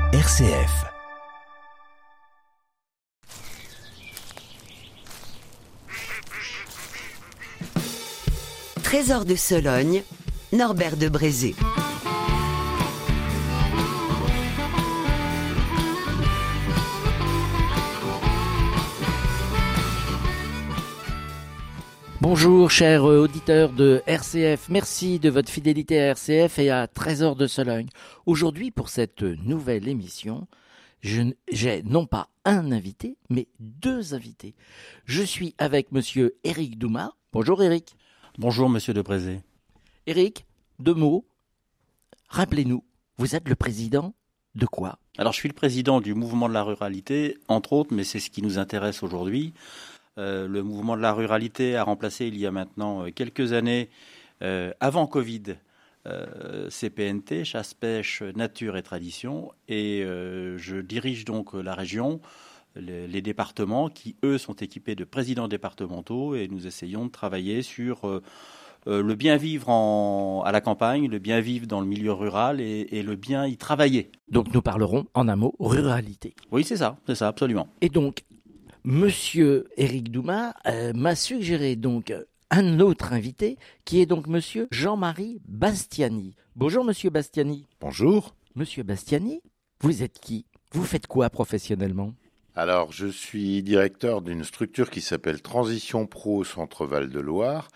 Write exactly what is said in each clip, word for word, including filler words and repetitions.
R C F. Trésor de Sologne, Norbert de Brézé. Bonjour chers auditeurs de R C F, merci de votre fidélité à R C F et à Trésor de Sologne. Aujourd'hui pour cette nouvelle émission, je, j'ai non pas un invité, mais deux invités. Je suis avec monsieur Éric Douma. Bonjour Éric. Bonjour monsieur de Brézé. Éric, deux mots. Rappelez-nous, vous êtes le président de quoi ? Alors je suis le président du mouvement de la ruralité, entre autres, mais c'est ce qui nous intéresse aujourd'hui. Euh, le mouvement de la ruralité a remplacé il y a maintenant euh, quelques années, euh, avant Covid, euh, C P N T, chasse, pêche, nature et tradition. Et euh, je dirige donc la région, les, les départements qui, eux, sont équipés de présidents départementaux. Et nous essayons de travailler sur euh, euh, le bien vivre en, à la campagne, le bien vivre dans le milieu rural et, et le bien y travailler. Donc nous parlerons en un mot ruralité. Oui, c'est ça, c'est ça, absolument. Et donc, monsieur Éric Douma euh, m'a suggéré donc un autre invité qui est donc monsieur Jean-Marie Bastiani. Bonjour monsieur Bastiani. Bonjour. Monsieur Bastiani, vous êtes qui ? Vous faites quoi professionnellement ? Alors, je suis directeur d'une structure qui s'appelle Transition Pro Centre Val-de-Loire,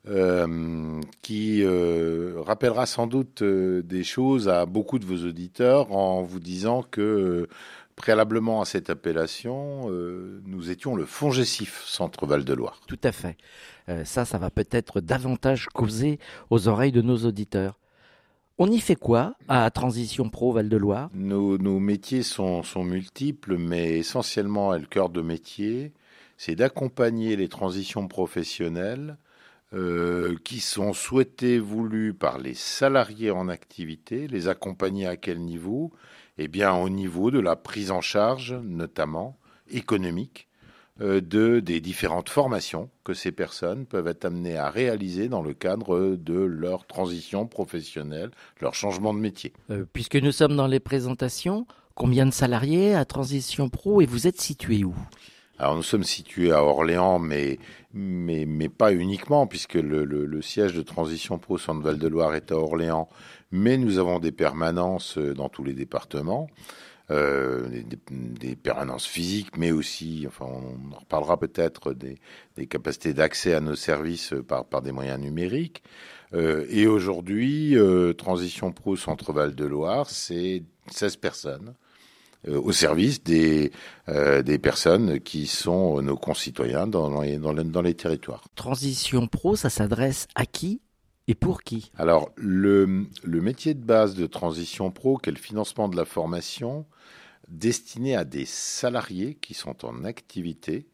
euh, qui euh, rappellera sans doute euh, des choses à beaucoup de vos auditeurs en vous disant que euh, préalablement à cette appellation, euh, nous étions le FONGECIF Centre Val-de-Loire. Tout à fait. Euh, ça, ça va peut-être davantage causer aux oreilles de nos auditeurs. On y fait quoi à Transition Pro Val-de-Loire ? Nos, nos métiers sont, sont multiples, mais essentiellement, le cœur de métier, c'est d'accompagner les transitions professionnelles euh, qui sont souhaitées, voulues par les salariés en activité. Les accompagner à quel niveau ? Eh bien, au niveau de la prise en charge, notamment économique, euh, de, des différentes formations que ces personnes peuvent être amenées à réaliser dans le cadre de leur transition professionnelle, leur changement de métier. Euh, puisque nous sommes dans les présentations, combien de salariés à Transition Pro et vous êtes situé où ? Alors, nous sommes situés à Orléans, mais, mais, mais pas uniquement, puisque le, le, le siège de Transition Pro Centre Val-de-Loire est à Orléans, mais nous avons des permanences dans tous les départements, euh, des, des permanences physiques, mais aussi, enfin, on en reparlera peut-être, des, des capacités d'accès à nos services par, par des moyens numériques. Euh, et aujourd'hui, euh, Transition Pro Centre Val-de-Loire, c'est seize personnes. Au service des, euh, des personnes qui sont nos concitoyens dans, dans, les, dans, les, dans les territoires. Transition Pro, ça s'adresse à qui et pour qui ? Alors, le, le métier de base de Transition Pro, qui est le financement de la formation, destiné à des salariés qui sont en activité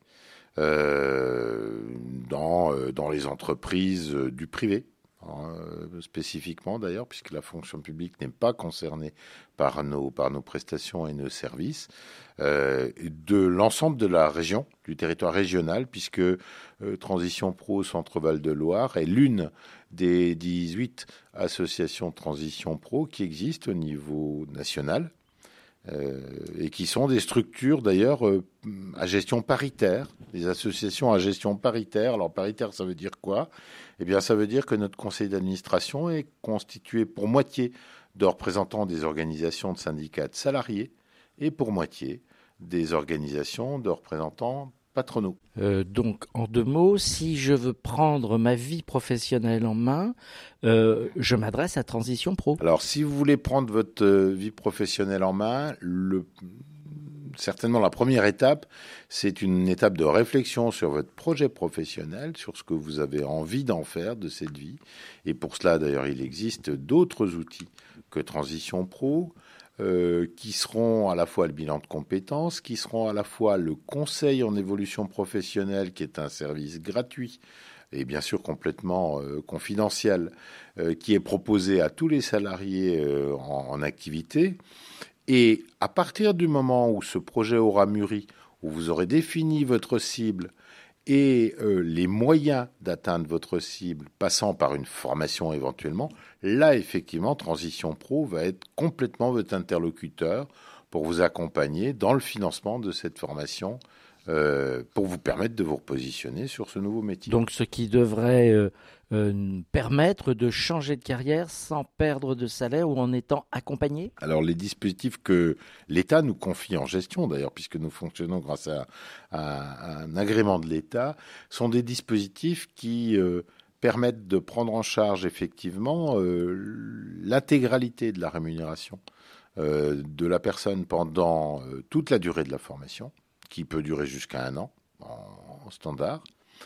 euh, dans, dans les entreprises du privé. Euh, spécifiquement d'ailleurs, puisque la fonction publique n'est pas concernée par nos, par nos prestations et nos services, euh, de l'ensemble de la région, du territoire régional, puisque euh, Transition Pro Centre Val-de-Loire est l'une des dix-huit associations de Transition Pro qui existent au niveau national, euh, et qui sont des structures d'ailleurs euh, à gestion paritaire, des associations à gestion paritaire. Alors paritaire, ça veut dire quoi ? Eh bien, ça veut dire que notre conseil d'administration est constitué pour moitié de représentants des organisations de syndicats de salariés et pour moitié des organisations de représentants patronaux. Euh, donc, en deux mots, si je veux prendre ma vie professionnelle en main, euh, je m'adresse à Transition Pro. Alors, si vous voulez prendre votre vie professionnelle en main, le... certainement la première étape, c'est une étape de réflexion sur votre projet professionnel, sur ce que vous avez envie d'en faire de cette vie. Et pour cela, d'ailleurs, il existe d'autres outils que Transition Pro, euh, qui seront à la fois le bilan de compétences, qui seront à la fois le conseil en évolution professionnelle, qui est un service gratuit et bien sûr complètement euh, confidentiel, euh, qui est proposé à tous les salariés euh, en, en activité. Et à partir du moment où ce projet aura mûri, où vous aurez défini votre cible et euh, les moyens d'atteindre votre cible, passant par une formation éventuellement, là, effectivement, Transition Pro va être complètement votre interlocuteur pour vous accompagner dans le financement de cette formation, euh, pour vous permettre de vous repositionner sur ce nouveau métier. Donc, ce qui devrait euh, euh, permettre de changer de carrière sans perdre de salaire ou en étant accompagné ? Alors, les dispositifs que l'État nous confie en gestion, d'ailleurs, puisque nous fonctionnons grâce à, à, à un agrément de l'État, sont des dispositifs qui euh, permettent de prendre en charge effectivement euh, l'intégralité de la rémunération euh, de la personne pendant euh, toute la durée de la formation, qui peut durer jusqu'à un an en, en standard.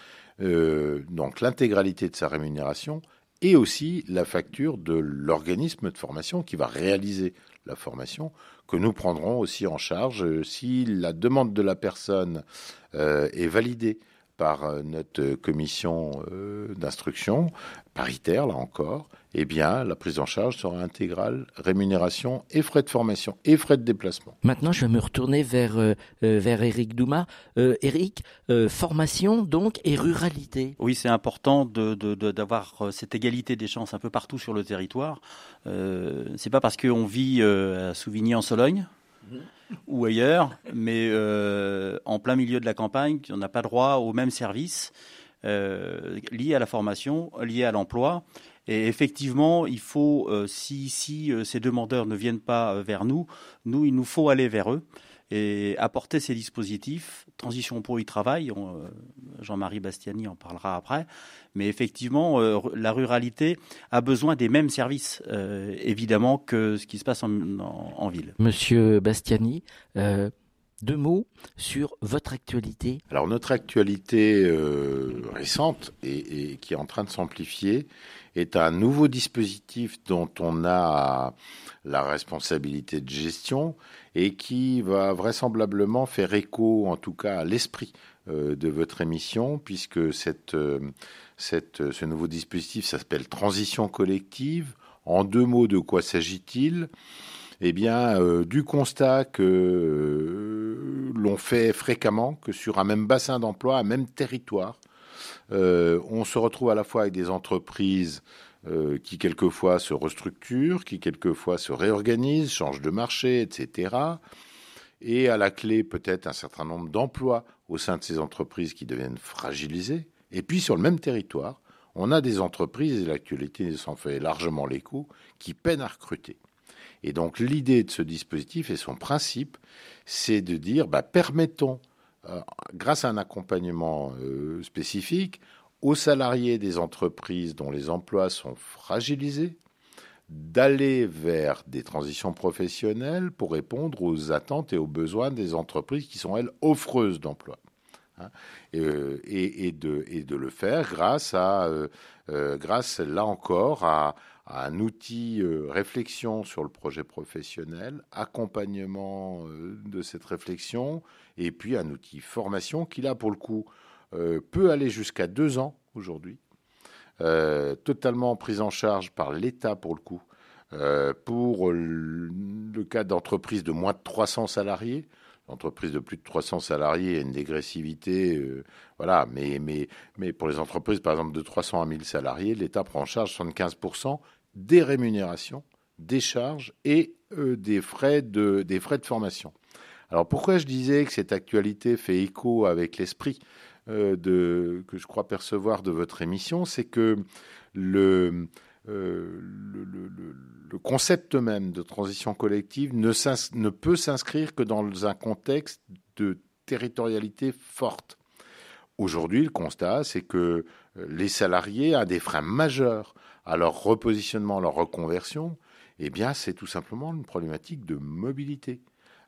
Euh, donc l'intégralité de sa rémunération et aussi la facture de l'organisme de formation qui va réaliser la formation, que nous prendrons aussi en charge euh, si la demande de la personne euh, est validée par euh, notre commission euh, d'instruction, paritaire là encore, eh bien la prise en charge sera intégrale, rémunération et frais de formation et frais de déplacement. Maintenant, je vais me retourner vers, euh, vers Éric Douma. Euh, Éric, euh, formation donc et ruralité. Oui, c'est important de, de, de, d'avoir cette égalité des chances un peu partout sur le territoire. Euh, c'est pas parce qu'on vit euh, à Souvigny-en-Sologne mmh. ou ailleurs, mais euh, en plein milieu de la campagne, on n'a pas droit aux mêmes services euh, liés à la formation, liés à l'emploi. Et effectivement, il faut, euh, si, si euh, ces demandeurs ne viennent pas euh, vers nous, nous, il nous faut aller vers eux et apporter ces dispositifs. Transition Pro y travaille, on, euh, Jean-Marie Bastiani en parlera après, mais effectivement, euh, la ruralité a besoin des mêmes services, euh, évidemment, que ce qui se passe en, en, en ville. Monsieur Bastiani, euh, deux mots sur votre actualité. Alors notre actualité euh, récente et, et qui est en train de s'amplifier est un nouveau dispositif dont on a la responsabilité de gestion et qui va vraisemblablement faire écho, en tout cas à l'esprit euh, de votre émission, puisque cette, euh, cette, ce nouveau dispositif s'appelle Transition collective. En deux mots, de quoi s'agit-il ? Eh bien, euh, du constat que euh, l'on fait fréquemment, que sur un même bassin d'emploi, un même territoire, euh, on se retrouve à la fois avec des entreprises euh, qui quelquefois se restructurent, qui quelquefois se réorganisent, changent de marché, et cetera. Et à la clé, peut-être un certain nombre d'emplois au sein de ces entreprises qui deviennent fragilisés. Et puis, sur le même territoire, on a des entreprises, et l'actualité s'en fait largement l'écho, qui peinent à recruter. Et donc, l'idée de ce dispositif et son principe, c'est de dire, bah, permettons, euh, grâce à un accompagnement euh, spécifique, aux salariés des entreprises dont les emplois sont fragilisés, d'aller vers des transitions professionnelles pour répondre aux attentes et aux besoins des entreprises qui sont, elles, offreuses d'emploi. Hein, et, et, et, de, et de le faire grâce, à, euh, euh, grâce là encore, à à un outil euh, réflexion sur le projet professionnel, accompagnement euh, de cette réflexion, et puis un outil formation qui, là, pour le coup, euh, peut aller jusqu'à deux ans aujourd'hui, euh, totalement prise en charge par l'État, pour le coup, euh, pour le, le cas d'entreprises de moins de trois cents salariés. L'entreprise de plus de trois cents salariés a une dégressivité, euh, voilà, mais, mais, mais pour les entreprises, par exemple, de trois cents à mille salariés, l'État prend en charge soixante-quinze pour cent des rémunérations, des charges et euh, des, frais de, des frais de formation. Alors, pourquoi je disais que cette actualité fait écho avec l'esprit euh, de, que je crois percevoir de votre émission, c'est que le... Euh, le, le, le concept même de transition collective ne, ne peut s'inscrire que dans un contexte de territorialité forte. Aujourd'hui, le constat, c'est que les salariés ont des freins majeurs à leur repositionnement, à leur reconversion. Eh bien, c'est tout simplement une problématique de mobilité.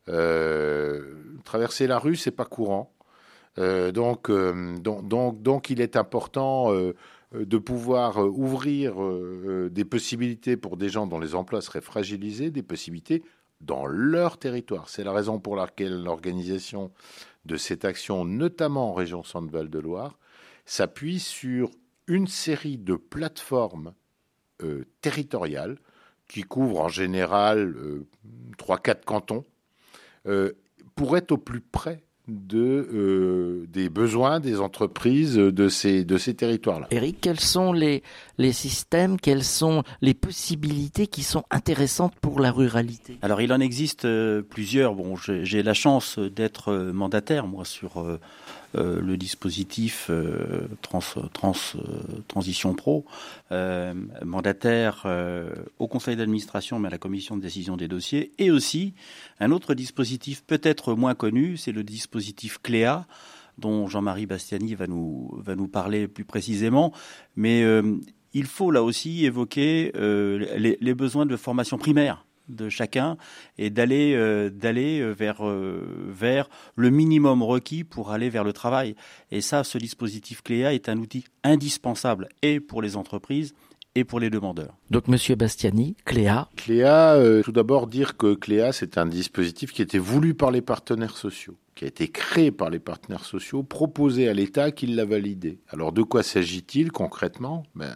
Euh, traverser la rue, c'est pas courant. Euh, donc, euh, donc, donc, donc, il est important euh, de pouvoir euh, ouvrir euh, des possibilités pour des gens dont les emplois seraient fragilisés, des possibilités dans leur territoire. C'est la raison pour laquelle l'organisation de cette action, notamment en région Centre-Val de Loire, s'appuie sur une série de plateformes euh, territoriales qui couvrent en général euh, trois quatre cantons, euh, pour être au plus près de, euh, des besoins des entreprises de ces, de ces territoires-là. Eric, quels sont les, les systèmes, quelles sont les possibilités qui sont intéressantes pour la ruralité ? Alors, il en existe euh, plusieurs. Bon, j'ai, j'ai la chance d'être euh, mandataire, moi, sur euh, euh, le dispositif euh, trans, trans, euh, Transition Pro. Euh, mandataire euh, au conseil d'administration, mais à la commission de décision des dossiers. Et aussi, un autre dispositif peut-être moins connu, c'est le dispositif Cléa, dont Jean-Marie Bastiani va nous, va nous parler plus précisément. Mais euh, il faut là aussi évoquer euh, les, les besoins de formation primaire de chacun et d'aller euh, d'aller vers euh, vers le minimum requis pour aller vers le travail. Et ça, ce dispositif Cléa est un outil indispensable et pour les entreprises et pour les demandeurs. Donc, Monsieur Bastiani, Cléa. Cléa, euh, tout d'abord dire que Cléa, c'est un dispositif qui était voulu par les partenaires sociaux, qui a été créé par les partenaires sociaux, proposé à l'État, qui l'a validé. Alors, de quoi s'agit-il concrètement ? Ben,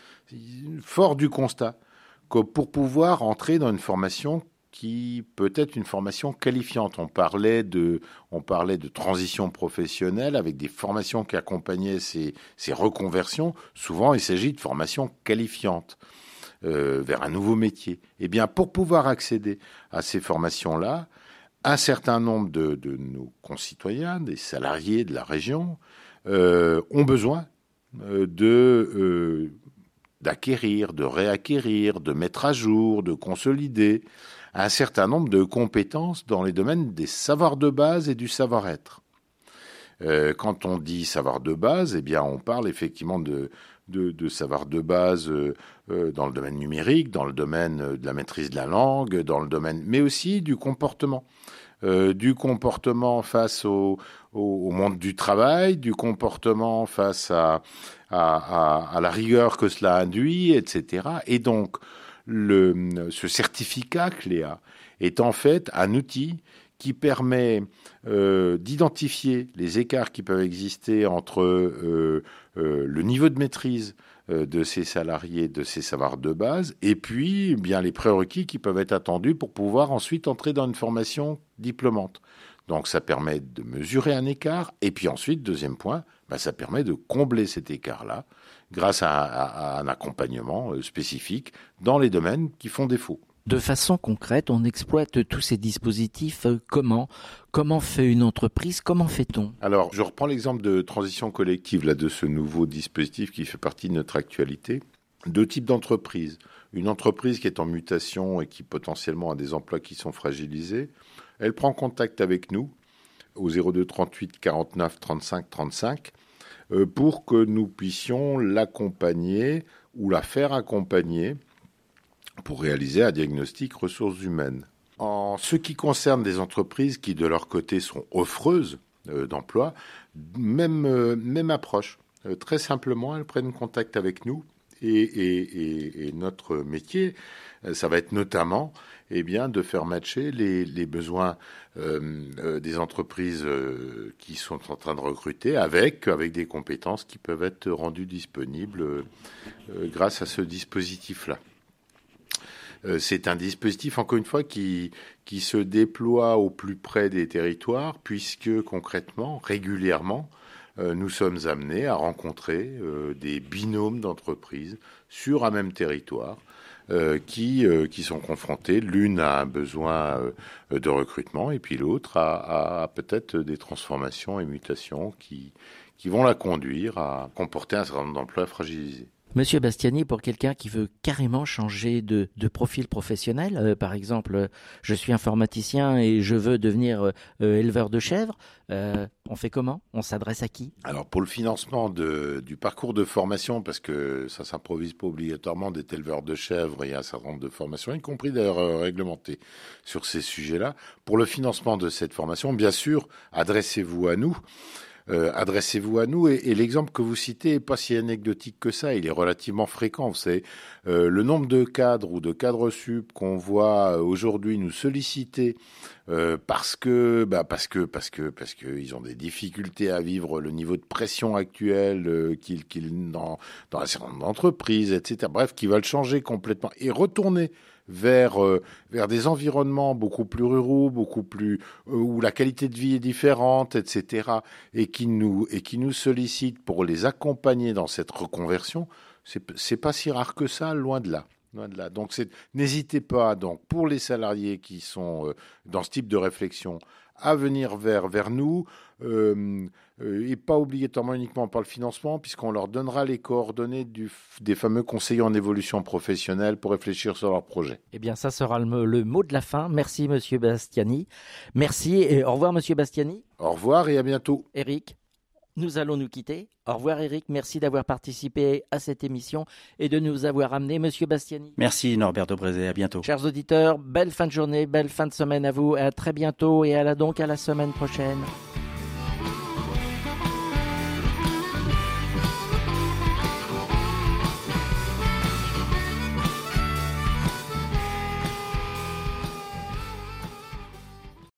fort du constat que pour pouvoir entrer dans une formation qui peut être une formation qualifiante. On parlait de, on parlait de transition professionnelle avec des formations qui accompagnaient ces, ces reconversions. Souvent, il s'agit de formations qualifiantes euh, vers un nouveau métier. Eh bien, pour pouvoir accéder à ces formations-là, un certain nombre de, de nos concitoyens, des salariés de la région, euh, ont besoin euh, de... Euh, d'acquérir, de réacquérir, de mettre à jour, de consolider un certain nombre de compétences dans les domaines des savoirs de base et du savoir-être. Euh, quand on dit savoir de base, eh bien, on parle effectivement de, de, de savoir de base euh, euh, dans le domaine numérique, dans le domaine de la maîtrise de la langue, dans le domaine, mais aussi du comportement. Euh, du comportement face au, au, au monde du travail, du comportement face à, à, à, à la rigueur que cela induit, et cetera. Et donc, le, ce certificat Cléa est en fait un outil qui permet euh, d'identifier les écarts qui peuvent exister entre euh, euh, le niveau de maîtrise de ces salariés, de ces savoirs de base, et puis eh bien les prérequis qui peuvent être attendus pour pouvoir ensuite entrer dans une formation diplômante. Donc ça permet de mesurer un écart, et puis ensuite, deuxième point, ben, ça permet de combler cet écart-là grâce à, à, à un accompagnement spécifique dans les domaines qui font défaut. De façon concrète, on exploite tous ces dispositifs comment ? Comment fait une entreprise ? Comment fait-on ? Alors, je reprends l'exemple de transition collective, là, de ce nouveau dispositif qui fait partie de notre actualité. Deux types d'entreprises. Une entreprise qui est en mutation et qui potentiellement a des emplois qui sont fragilisés. Elle prend contact avec nous au zéro deux trente-huit quarante-neuf trente-cinq trente-cinq euh, pour que nous puissions l'accompagner ou la faire accompagner pour réaliser un diagnostic ressources humaines. En ce qui concerne des entreprises qui, de leur côté, sont offreuses euh, d'emploi, même, euh, même approche. Euh, très simplement, elles prennent contact avec nous et, et, et, et notre métier, euh, ça va être notamment eh bien, de faire matcher les, les besoins euh, euh, des entreprises euh, qui sont en train de recruter avec, avec des compétences qui peuvent être rendues disponibles euh, euh, grâce à ce dispositif-là. C'est un dispositif, encore une fois, qui, qui se déploie au plus près des territoires, puisque concrètement, régulièrement, euh, nous sommes amenés à rencontrer euh, des binômes d'entreprises sur un même territoire euh, qui, euh, qui sont confrontés. L'une a un besoin euh, de recrutement et puis l'autre a, a, a peut-être des transformations et mutations qui, qui vont la conduire à comporter un certain nombre d'emplois fragilisés. Monsieur Bastiani, pour quelqu'un qui veut carrément changer de, de profil professionnel, euh, par exemple, euh, je suis informaticien et je veux devenir euh, éleveur de chèvres, euh, on fait comment ? On s'adresse à qui ? Alors pour le financement de, du parcours de formation, parce que ça ne s'improvise pas obligatoirement d'être éleveur de chèvres, il y a un certain nombre de formations, y compris d'ailleurs euh, réglementées sur ces sujets-là. Pour le financement de cette formation, bien sûr, adressez-vous à nous. Euh, adressez-vous à nous et, et l'exemple que vous citez n'est pas si anecdotique que ça, il est relativement fréquent. Vous savez, euh, le nombre de cadres ou de cadres sup qu'on voit aujourd'hui nous solliciter euh, parce que, bah parce que, parce que, parce que ils ont des difficultés à vivre le niveau de pression actuel euh, qu'ils, qu'ils dans dans un certain nombre d'entreprises, et cetera. Bref, qui veulent changer complètement et retourner vers, euh, vers des environnements beaucoup plus ruraux, beaucoup plus, euh, où la qualité de vie est différente, et cetera, et qui nous, et qui nous sollicitent pour les accompagner dans cette reconversion, c'est, c'est pas si rare que ça, loin de là. Loin de là. Donc, c'est, n'hésitez pas, donc, pour les salariés qui sont euh, dans ce type de réflexion, à venir vers, vers nous, euh, euh, et pas obligatoirement uniquement par le financement, puisqu'on leur donnera les coordonnées du, des fameux conseillers en évolution professionnelle pour réfléchir sur leur projet. Eh bien, ça sera le, le mot de la fin. Merci, Monsieur Bastiani. Merci et au revoir, Monsieur Bastiani. Au revoir et à bientôt. Eric, nous allons nous quitter. Au revoir, Eric. Merci d'avoir participé à cette émission et de nous avoir amené, Monsieur Bastiani. Merci, Norbert de Brézé. À bientôt. Chers auditeurs, belle fin de journée, belle fin de semaine à vous. À très bientôt et à la, donc à la semaine prochaine.